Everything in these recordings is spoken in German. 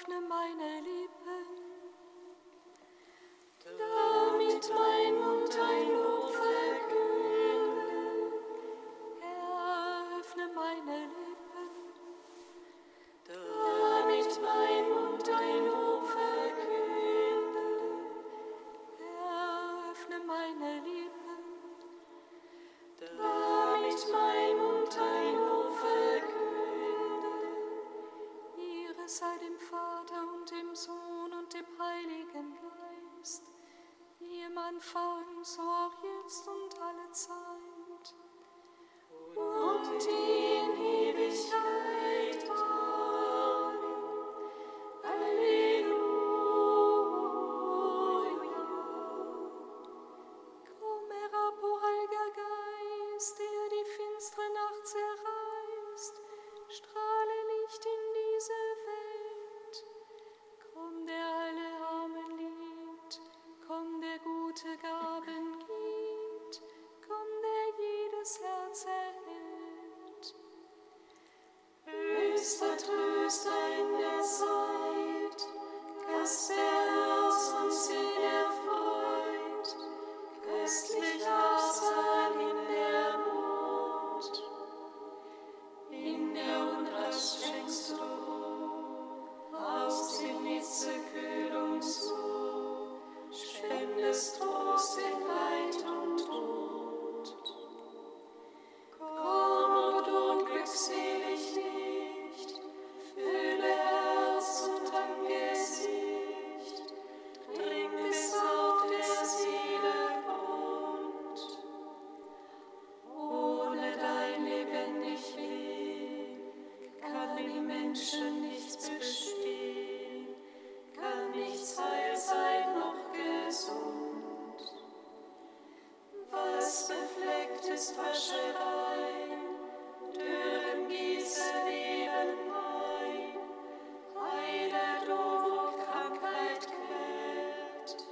öffne meine Lippen, damit mein Mund dein Lob verkünde. Herr, öffne meine Lippen, damit mein Mund dein Lob verkünde. Herr, öffne meine Lippen, damit mein Mund dein Lob verkünde. Ehre sei dem Vater und dem Sohn und dem Heiligen Geist, wie im Anfang, so auch jetzt und alle Zeit und in Ewigkeit. Amen. Halleluja. Komm herab, o Heiliger Geist, der die finstere Nacht zerreißt, strahle Licht in diese Welt. Komm, der alle Armen liebt, komm, der gute Gaben gibt, komm, der jedes Herz erhält. Höchster Tröster in der Zeit, Gast, der aus uns ihn erfreut, köstlicher Absal in der Not. In der Unrast schenkst du aus dem Hitze Kühlung zu, spendest Trost in Leid und Tod. Komm, o du glückselig Licht, fülle Herz und Angesicht, dring bis auf der Seele Grund. Ohne dein lebendig Weg kann im Menschen nichts bestehen, kann nichts heil sein noch gesund. Was befleckt ist Wascherei, dürren Gieße Leben ein, heile doof und Krankheit quält.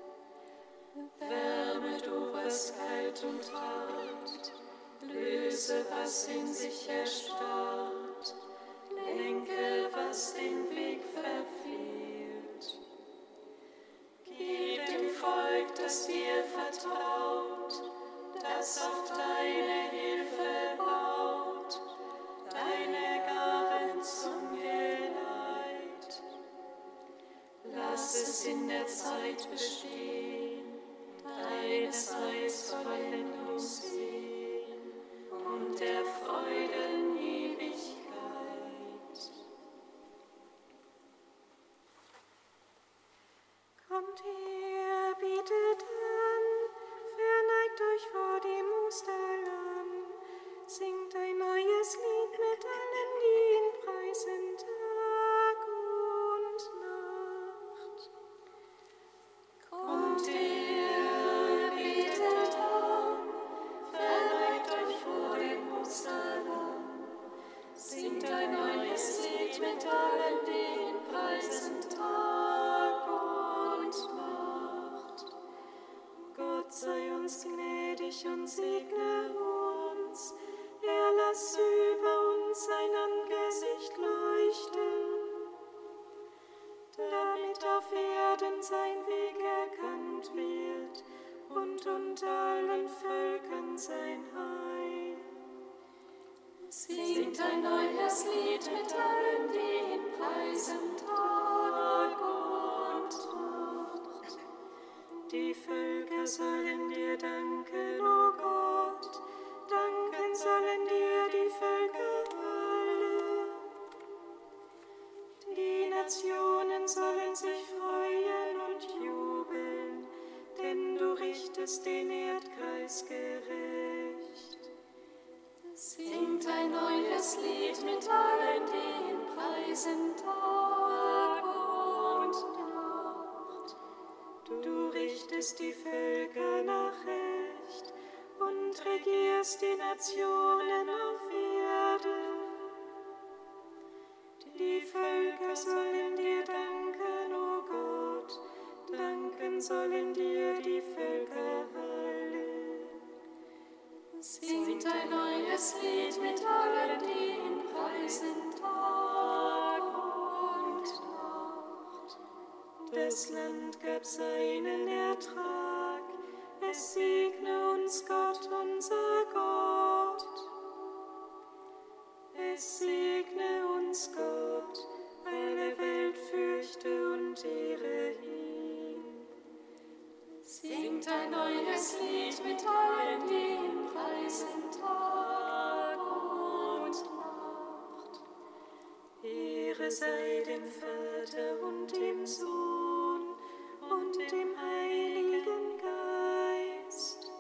Wärme du, was kalt und hart, löse, was in sich erstarrt, lenke, was den Weg verfehlt. Gib dem Volk, das dir vertraut, das auf deine Hilfe baut, deine Gaben zum Geleit. Lass es in der Zeit bestehen, deines Heils Vollendung sehen und der Freuden Ewigkeit. Kommt her, bietet an, verneigt euch vor dem Osterlamm, singt ein neues Lied mit allen, die ihn preisen, Tag und Nacht. Kommt her, betet an, verneigt euch vor dem Osterlamm, singt ein neues Lied mit allen, die ihn preisen, Tag und Nacht. Gott sei uns gnädig und segne uns, er lass über uns sein Angesicht leuchten, damit auf Erden sein Weg erkannt wird und unter allen Völkern sein Heil. Singt ein neues Lied mit allen, die ihn preisen, Tag und Nacht. Die Völker sollen dir danken, o Gott, danken sollen dir die Völker alle. Die Nationen sollen sich freuen und jubeln, denn du richtest den Erdkreis gerecht. Singt ein neues Lied mit allen, die ihn preisen, Tag und Nacht. Du richtest die Völker nach Recht und regierst die Nationen auf Erden. Die Völker sollen dir danken, o Gott, danken sollen dir die Völker alle. Singt ein neues Lied mit allen, die ihn preisen, Tag und Nacht. das Land gab seinen Ertrag. Es segne uns Gott, unser Gott. Es segne uns Gott, alle Welt fürchte und ehre ihn. Singt ein neues Lied mit allen, die ihn preisen Tag und Nacht. Ehre sei dem Vater und dem Sohn und dem Heiligen Geist,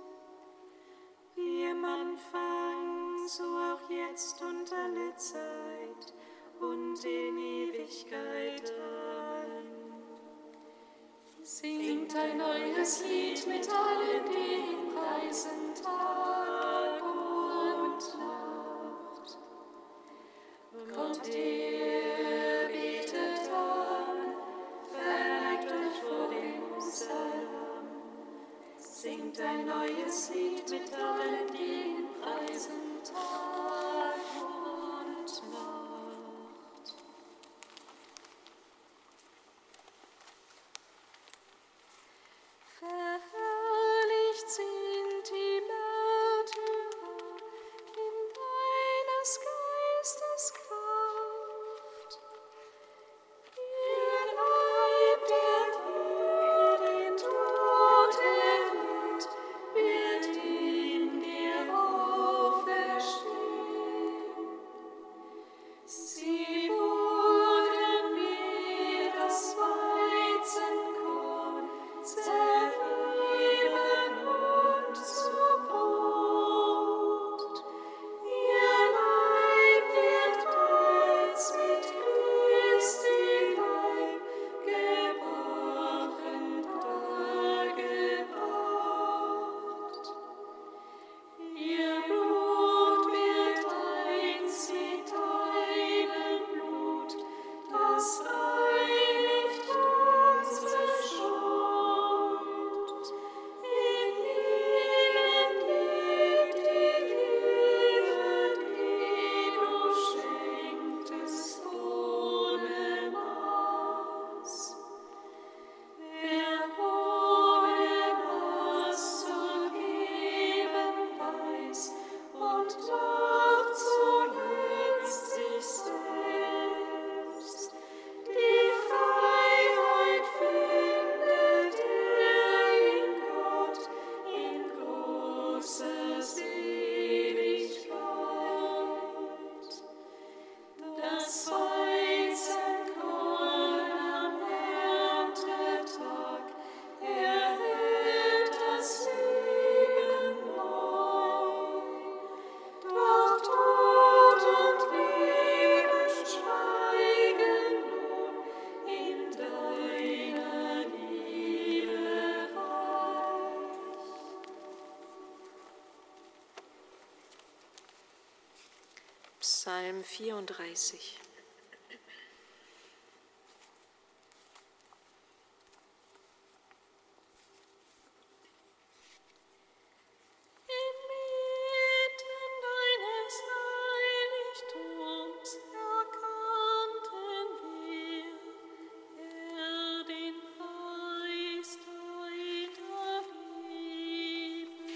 wie im Anfang, so auch jetzt und alle Zeit und in Ewigkeit. Amen. Singt ein neues Lied mit allen, die ihn preisen Tag und Nacht. Kommt her, betet an, verneigt euch vor dem Musterlamm. Singt ein neues Lied mit allen, die ihn preisen Tag und Nacht. Verherrlicht sind die Märtyrer in deines Geistes Kraft. Ihr Leib, der den Tod erlitt, wird in dir auferstehen. Sie wurden wie das Weizenkorn zerrieben und zu Brot. Ihr Leib wird als mit Christi Leib gebrochen dargebracht. Ihr Blut wird eins mit deinem Blut, das reinigt unsere Schuld. In ihnen lebt die Liebe, die du schenktest ohne Maß. Wer ohne Maß zu geben weiß und doch zuletzt sich selbst, die Freiheit findet in Gott in großer Seligkeit. Das Weizenkorn am Erntetag erhält das Leben neu. Doch Tod und Leben schweigen nun in deiner Liebe reich. Psalm 34. Inmitten deines Heiligtums erkannten wir, Herr, den Preis deiner Liebe.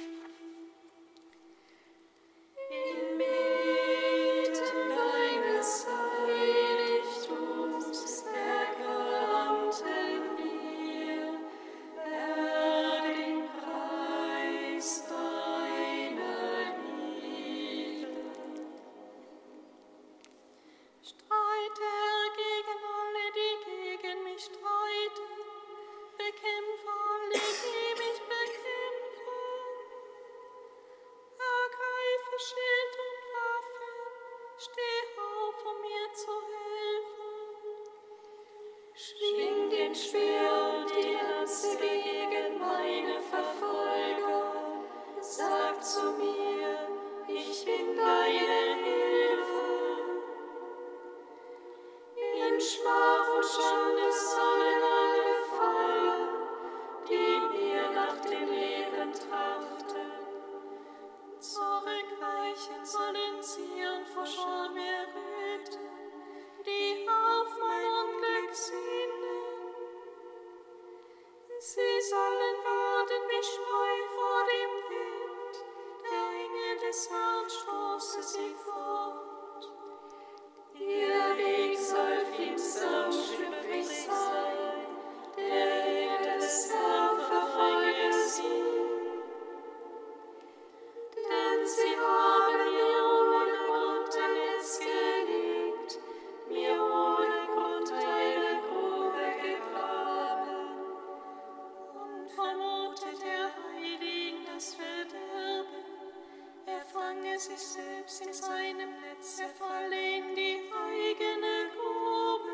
Inmitten deines Heiligtums erkannten wir, Herr, den Preis deiner Liebe. Streite gegen alle, die gegen mich streiten, bekämpfe alle, die mich bekämpfen. Ergreife Schild und Waffen, steh auf, um mir zu helfen. Schwing den Speer und die Lanze gegen meine Verfolger. Sag zu mir, ich bin deine Hilfe. In Schmach und Schande sollen alle fallen, die mir nach dem Leben trachten. Zurückweichen sollen sie und vor Scham erröten, die auf mein Unglück sinnen. wie Spreu vor dem Wind, der Engel des Herrn stoße sie fort. Ihr Weg soll finster und schlüpfrig sein, der Engel des Herrn verfolge sie. Denn sie haben mir ohne Grund ein Netz gelegt, mir ohne Grund eine Grube gegraben. Und vermutet der Heiligen das Verderben, er fange sich selbst in seinem Netz, er falle in die eigene Grube.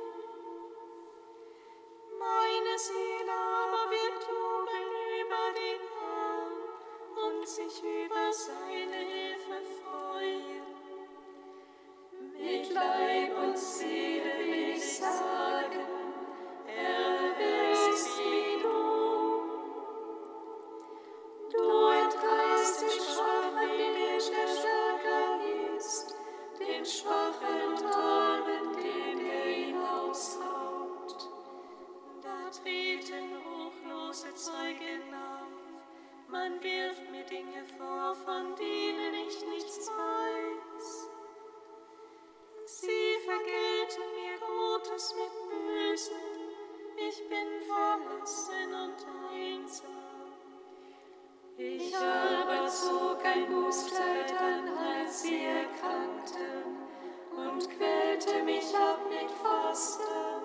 Meine Seele aber wird jubeln über den Herrn und sich über seine Hilfe freuen. Mit Leib und Seele will ich sagen, er ist wie du. Du entreißt den Schwachen, den der stärker ist, den Schwachen und Armen, den ihn ausraubt. Da treten ruchlose Zeugen auf, man wirft mir Dinge vor, von denen ich nichts weiß. Sie vergelten mir Gutes mit Bösem, ich bin verlassen und einsam. Ich aber zog ein Bußkleid an, als sie erkrankten, und quälte mich ab mit Fasten.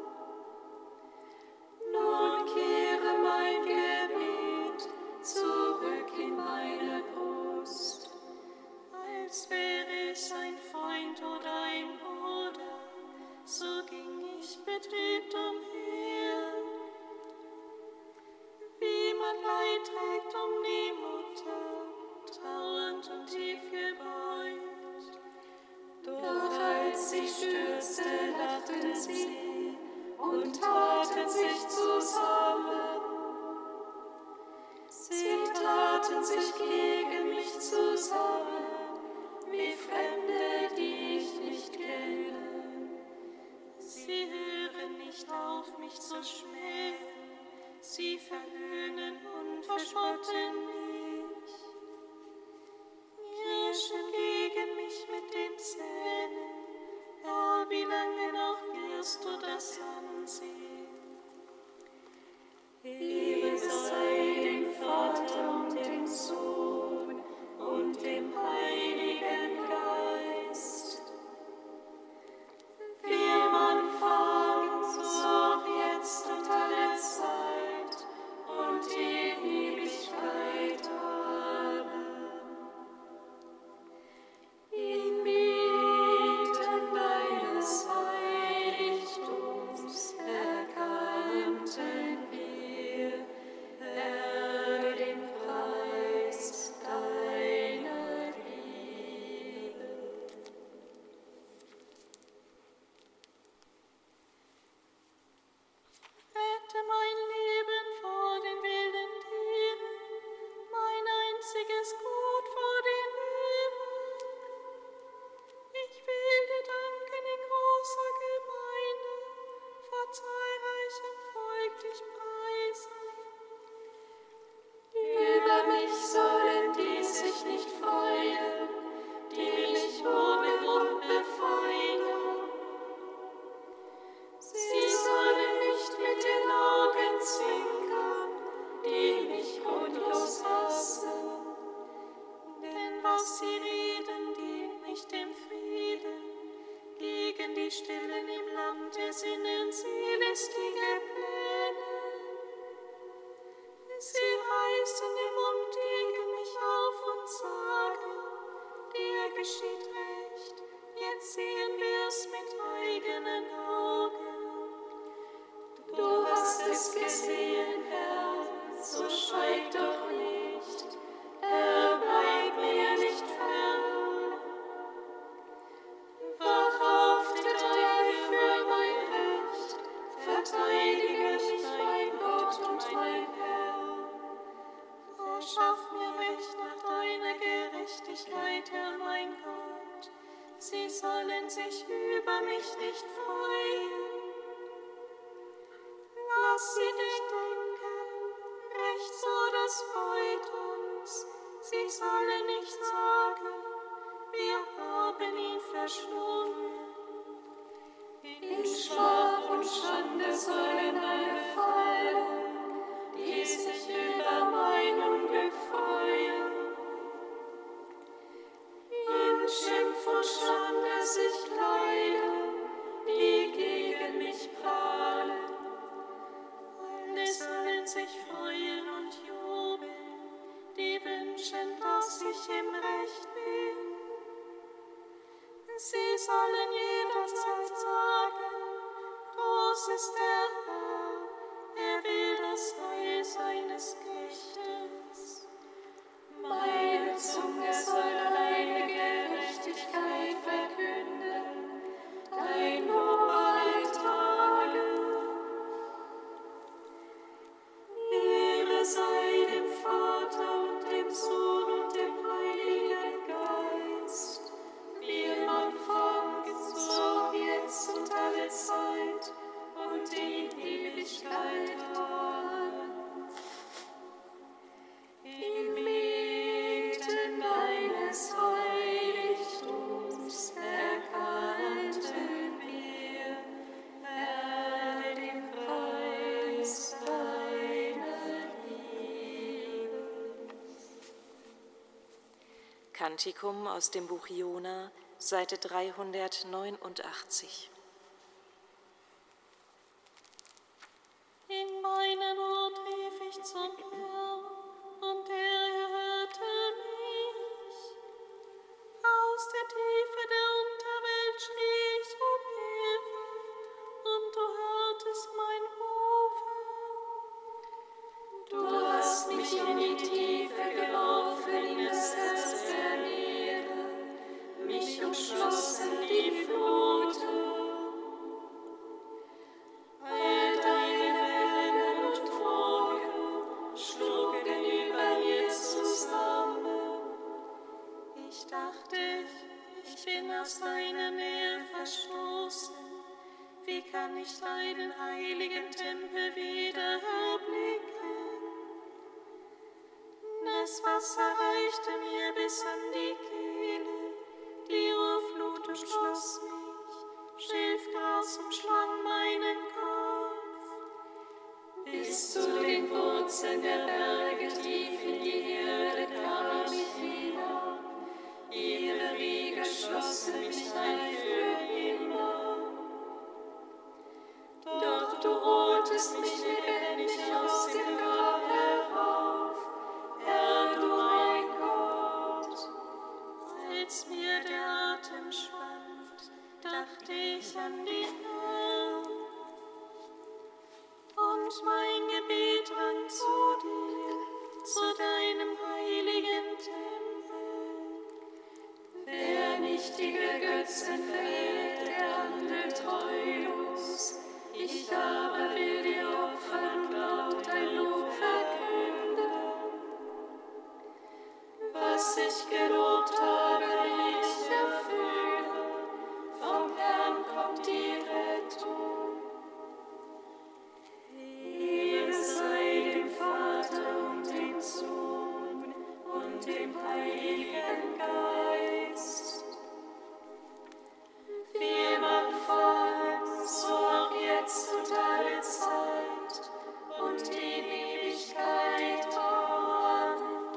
Nun kehre mein Gebet zurück in meine Brust. Als wäre ich ein Freund oder ein Bruder, so ging ich betrübt umher. Wie man Leid trägt um die Mutter, trauernd und tief gebeugt. Doch als sie stürzte, lachten sie und taten sich zusammen. Sie taten sich gegen mich zusammen, wie Fremde, die ich nicht kenne. Sie hören nicht auf, mich zu schmähen, sie verhöhnen und verspotten mich. Knirschen gegen mich mit den Zähnen, Herr, wie lange noch wirst du das ansehen? Ehre sei dem Vater und dem Sohn und dem Heiligen Geist. Wie am Anfang, so auch jetzt und alle Zeit und in Ewigkeit. Amen. Inmitten deines Heiligtums erkannten wir, Herr, den Preis deiner Liebe. Rette mein Leben vor den wilden Tieren, mein einziges Gut vor den Löwen. Ich will dir danken in großer Gemeinde, vor zahlreichem Volk dich preisen. Über mich sollen die sich nicht freuen, die mich ohne Grund befeinden. Sie sollen nicht mit den Augen zwinkern, die mich grundlos hassen. Denn was sie reden, dient nicht dem Frieden. Gegen die Stillen im Land ersinnen sie listige Pläne. Sie reißen den Mund gegen mich auf und sagen, dir geschieht recht, jetzt sehen wir es mit eigenen Augen. Du hast es gesehen, Herr, so schweig doch nicht. Herr, bleib mir nicht fern. Wach auf, Teufel, für mein Recht, verteidige mich, mein Gott und mein Herr. Verschaff mir Recht nach deiner Gerechtigkeit, Herr mein Gott. Sie sollen sich über mich nicht freuen. Lass sie nicht denken, nicht so, das freut uns. Sie sollen nicht sagen, wir haben ihn verschlungen. In Schmach und Schande sollen alle fallen, die sich über mein Unglück freuen. In Schimpf und Schande sich kleiden, die gegen mich prahlen. Alle sollen sich freuen und jubeln, die wünschen, dass ich im Recht bin. Sie sollen jederzeit sagen, groß ist der Herr, er will das Heil seines Knechtes. Meine Zunge soll deine Gerechtigkeit verkünden, dein Lob alle Tage. Ehre sei dem Vater und dem Sohn und dem Heiligen Geist, wie im Anfang, so auch jetzt und alle Zeit und in Ewigkeit. Amen. Inmitten deines Heiligtums erkannten wir, Herr, den Preis deiner Liebe. Kantikum aus dem Buch Jona, Seite 389. In meiner Not rief ich zum Herrn, und er hörte mich. Aus der Tiefe der Unterwelt schrie ich um Hilfe, und du hörtest mein Rufen. Du hast mich in die Tiefe geworfen, in das Herz der Meere, mich umschlossen die Fluten. All deine Wellen und Wogen schlugen über mir zusammen. Ich dachte, ich bin aus deiner Nähe verstoßen. Wie kann ich deinen heiligen Tempel wieder erblicken? Das Wasser reichte mir bis an die Kehle, die Urflut umschloss mich, Schilfgras umschlang meinen Kopf. Bis zu den Wurzeln der Berge tief in die Erde kam ich hinab. Ihre Wege schlossen mich ein für immer. Doch du holtest mich lebendig aus dem Grab herauf, Herr, du mein Gott. Als mir der Atem schwand, dachte ich an den Herrn. Und mein Gebet rang zu dir, zu deinem heiligen Tempel. Wer nichtige Götzen verehrt, der handelt treulos. Ich aber will dir opfern und laut dein Lob verkünden. Was ich gelobt habe, will ich erfüllen. Vom Herrn kommt die Rettung. Ehre sei dem Vater und dem Sohn und dem Heiligen Geist. Wie im Anfang, so auch jetzt und alle Zeit und in Ewigkeit. Amen.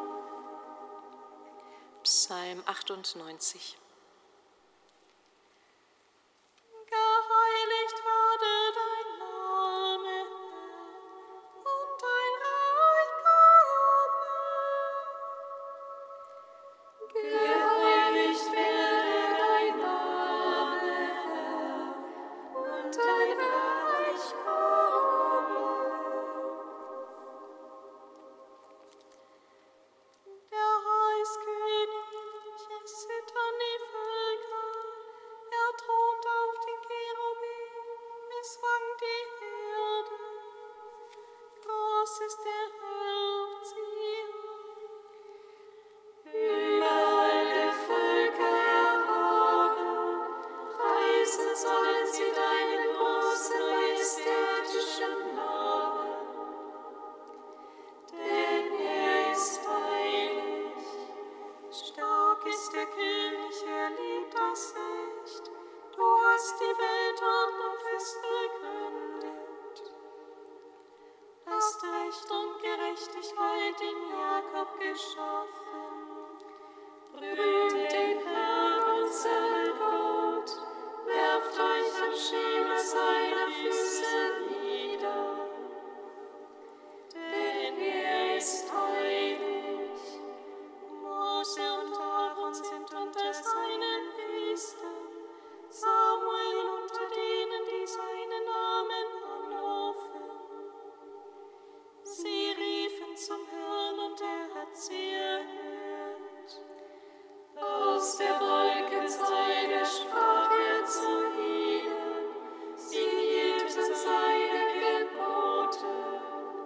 Psalm 98. Geheiligt werde dein Name, Herr, und dein Reich komme. Geheiligt werde dein Name, Herr, und dein Reich komme. Der Reichskönig, es zittern die Völker, er thront auf den Cherubim, es wankt die Erde. Groß ist der Herr auf Zion. Über alle Völker erhaben, preisen sollen sie deinen großen majestätischen Namen. hast die Weltordnung fest begründet, hast Recht und Gerechtigkeit in Jakob geschaffen. Rühmt den Herrn, unseren Gott, werft euch am Schemel seiner Füße nieder. Denn er ist heilig. Mose und Aaron sind unter seinen Priestern, Samuel unter denen, die seinen Namen anrufen. Sie riefen zum Herrn und er hat sie erhört. Aus der Wolkensäule sprach er zu ihnen, sie hielten seine Gebote.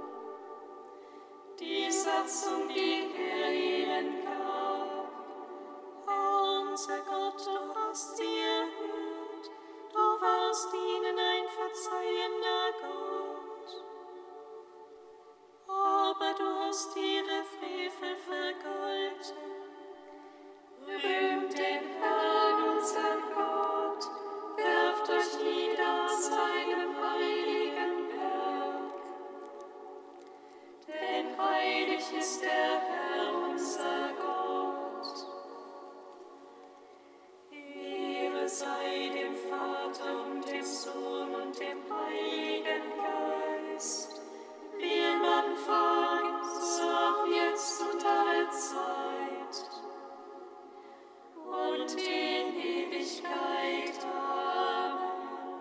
Die Satzung, die er ihnen gab. Herr unser Gott, du hast sie erhört, du warst ihnen ein verzeihender Gott. Aber du hast ihre Frevel vergolten. Rühmt den Herrn, unseren Gott, werft euch nieder an seinem heiligen Berg. Denn heilig ist der Herr, unser Gott. Ehre sei dem Vater und dem Sohn und dem Heiligen Geist, wie im Anfang, so auch jetzt und alle Zeit und in Ewigkeit. Amen.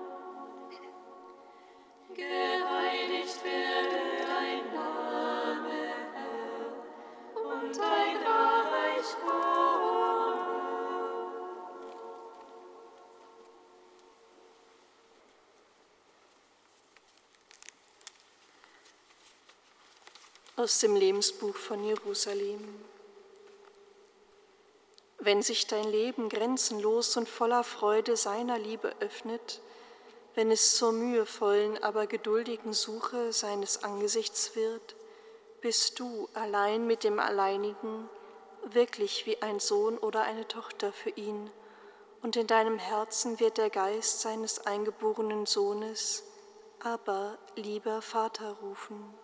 Geheiligt werde dein Name, Herr, und dein Reich komme. Aus dem Lebensbuch von Jerusalem. Wenn sich dein Leben grenzenlos und voller Freude seiner Liebe öffnet, wenn es zur mühevollen, aber geduldigen Suche seines Angesichts wird, bist du allein mit dem Alleinigen wirklich wie ein Sohn oder eine Tochter für ihn, und in deinem Herzen wird der Geist seines eingeborenen Sohnes, aber lieber Vater rufen.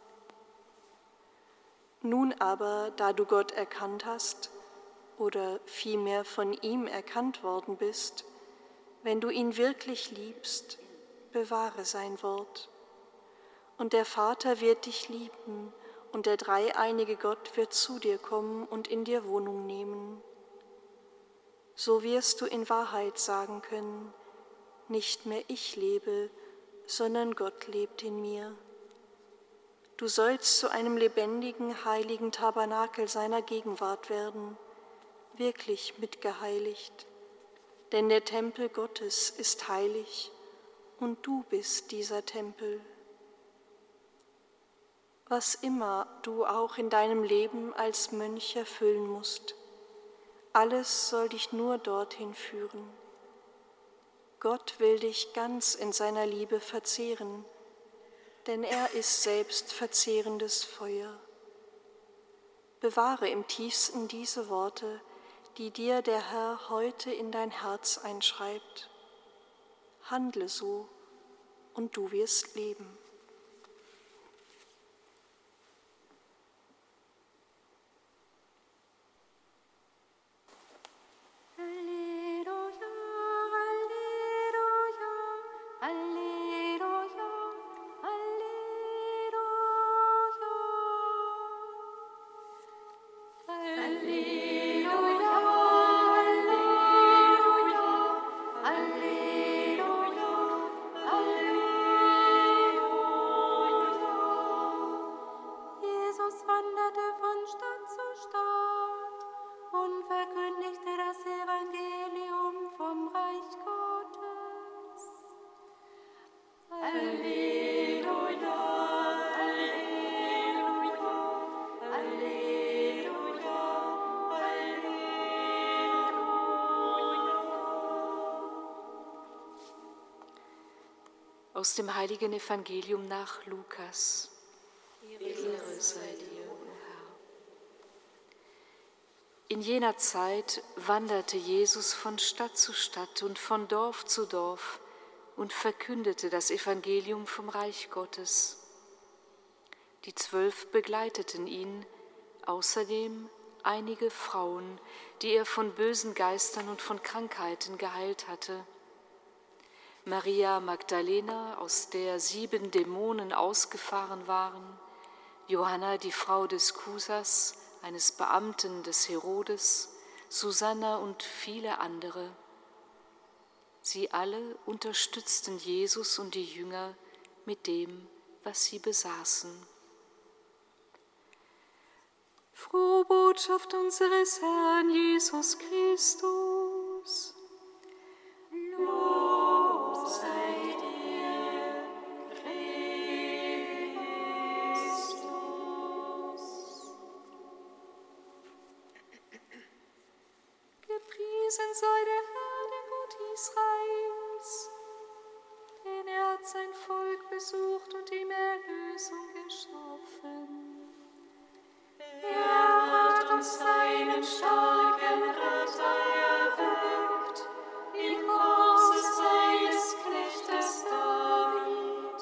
Nun aber, da du Gott erkannt hast, oder vielmehr von ihm erkannt worden bist, wenn du ihn wirklich liebst, bewahre sein Wort. Und der Vater wird dich lieben, und der dreieinige Gott wird zu dir kommen und in dir Wohnung nehmen. So wirst du in Wahrheit sagen können, nicht mehr ich lebe, sondern Gott lebt in mir. Du sollst zu einem lebendigen, heiligen Tabernakel seiner Gegenwart werden, wirklich mitgeheiligt, denn der Tempel Gottes ist heilig und du bist dieser Tempel. Was immer du auch in deinem Leben als Mönch erfüllen musst, alles soll dich nur dorthin führen. Gott will dich ganz in seiner Liebe verzehren, denn er ist selbst verzehrendes Feuer. Bewahre im tiefsten diese Worte, die dir der Herr heute in dein Herz einschreibt. Handle so, und du wirst leben. Aus dem heiligen Evangelium nach Lukas. Ehre sei dir, o Herr. In jener Zeit wanderte Jesus von Stadt zu Stadt und von Dorf zu Dorf und verkündete das Evangelium vom Reich Gottes. Die 12 begleiteten ihn, außerdem einige Frauen, die er von bösen Geistern und von Krankheiten geheilt hatte. Maria Magdalena, aus der 7 Dämonen ausgefahren waren, Johanna, die Frau des Kusas, eines Beamten des Herodes, Susanna und viele andere. Sie alle unterstützten Jesus und die Jünger mit dem, was sie besaßen. Frohe Botschaft unseres Herrn Jesus Christus. Lob sei dir, Christus. Gepriesen sei der Herr, der Gott Israels, denn er hat sein Volk besucht und ihm Erlösung geschaffen. Er hat uns seinen starken Retter erweckt, im Hause seines Knechtes David.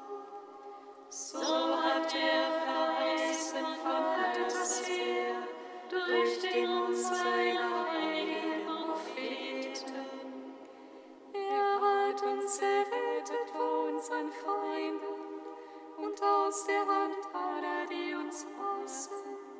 So hat er verheißen von alters her durch den Mund seiner heiligen Propheten. Er hat uns errettet vor unseren Feinden und aus der Hand aller, die uns hassen.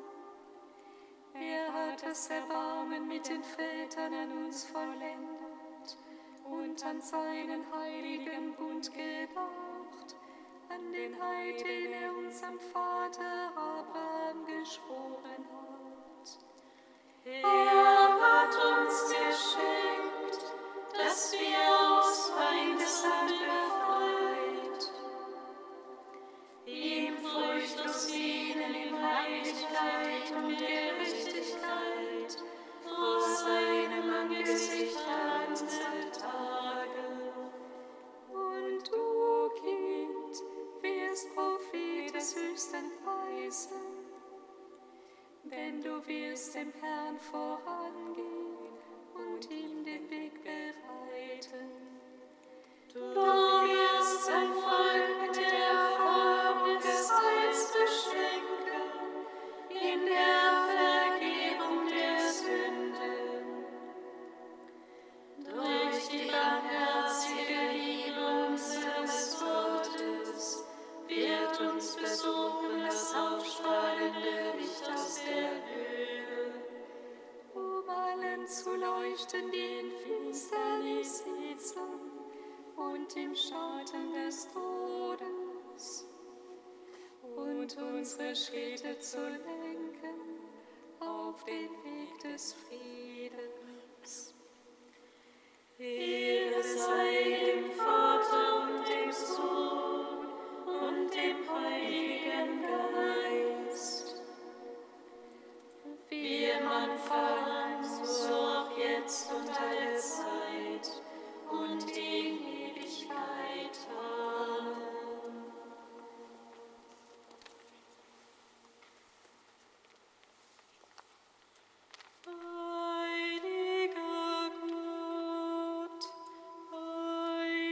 Er hat das Erbarmen mit den Vätern an uns vollendet und an seinen heiligen Bund gedacht, an den Eid, den er unserem Vater Abraham geschworen hat. Er hat uns geschenkt, dass wir aus Feindesland befreit, ihm furchtlos dienen in Heiligkeit und Gerechtigkeit vor seinem Angesicht all unsere Tage. Und du, Kind, wirst Prophet des Höchsten preisen, denn du wirst dem Herrn vorangehen und ihm den Weg bereiten. Du wirst sein Volk mit der Erfahrung des Heils beschenken, in der Vergebung der Sünden. Durch die barmherzige Liebe unseres Wortes wird uns besuchen das aufstrahlende Licht aus der Höhe. Um allen zu leuchten, die in Finsternis sitzen und im Schatten des Todes, und unsere Schritte zu lenken auf den Weg des Friedens. Ehre sei dem Vater und dem Sohn und dem Heiligen Geist, wie im Anfang, so auch jetzt und alle Zeit und in Ewigkeit. Amen. Heiliger Gott,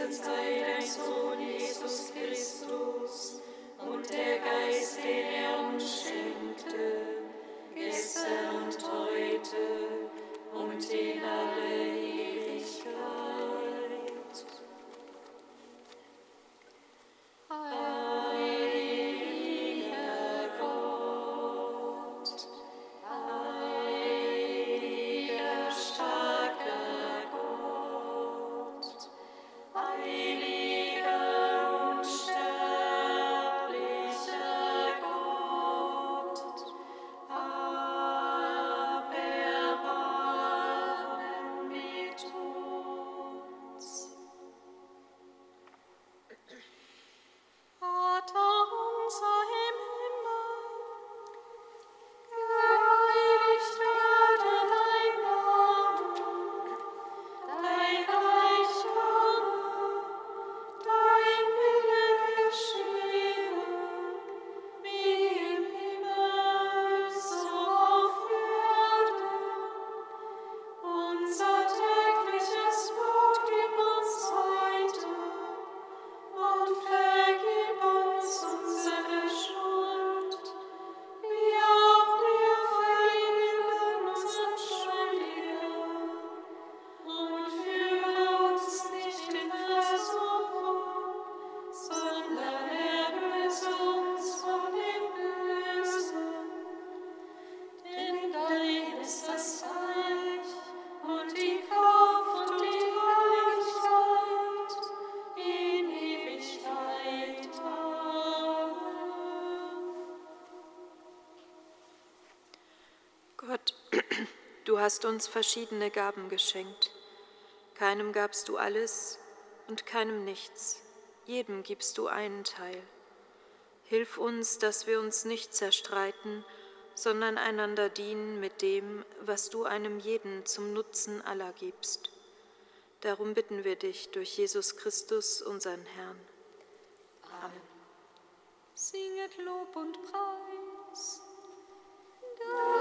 Gepriesen sei dein Sohn Jesus Christus und der Geist, den er uns schenkte, gestern und heute und in alle Ewigkeit. Heiliger Gott, heiliger, starker Gott, heiliger, unsterblicher Gott, hab Erbarmen mit uns. Vater unser im Himmel, Geheiligt werde dein Name, dein Reich komme, dein Wille geschehe, wie im Himmel, so auf Erden. Unser tägliches Brot gib uns heute und vergib uns unsere Schuld, wie auch wir vergeben unseren Schuldigern. Und führe uns nicht in Versuchung, sondern erlöse uns von dem Bösen. Denn dein ist das Reich und die Kraft und die Herrlichkeit in Ewigkeit. Amen. Gott, du hast uns verschiedene Gaben geschenkt. Keinem gabst du alles und keinem nichts. Jedem gibst du einen Teil. Hilf uns, dass wir uns nicht zerstreiten, sondern einander dienen mit dem, was du einem jeden zum Nutzen aller gibst. Darum bitten wir dich durch Jesus Christus, unseren Herrn. Amen. singet Lob und Preis. Dank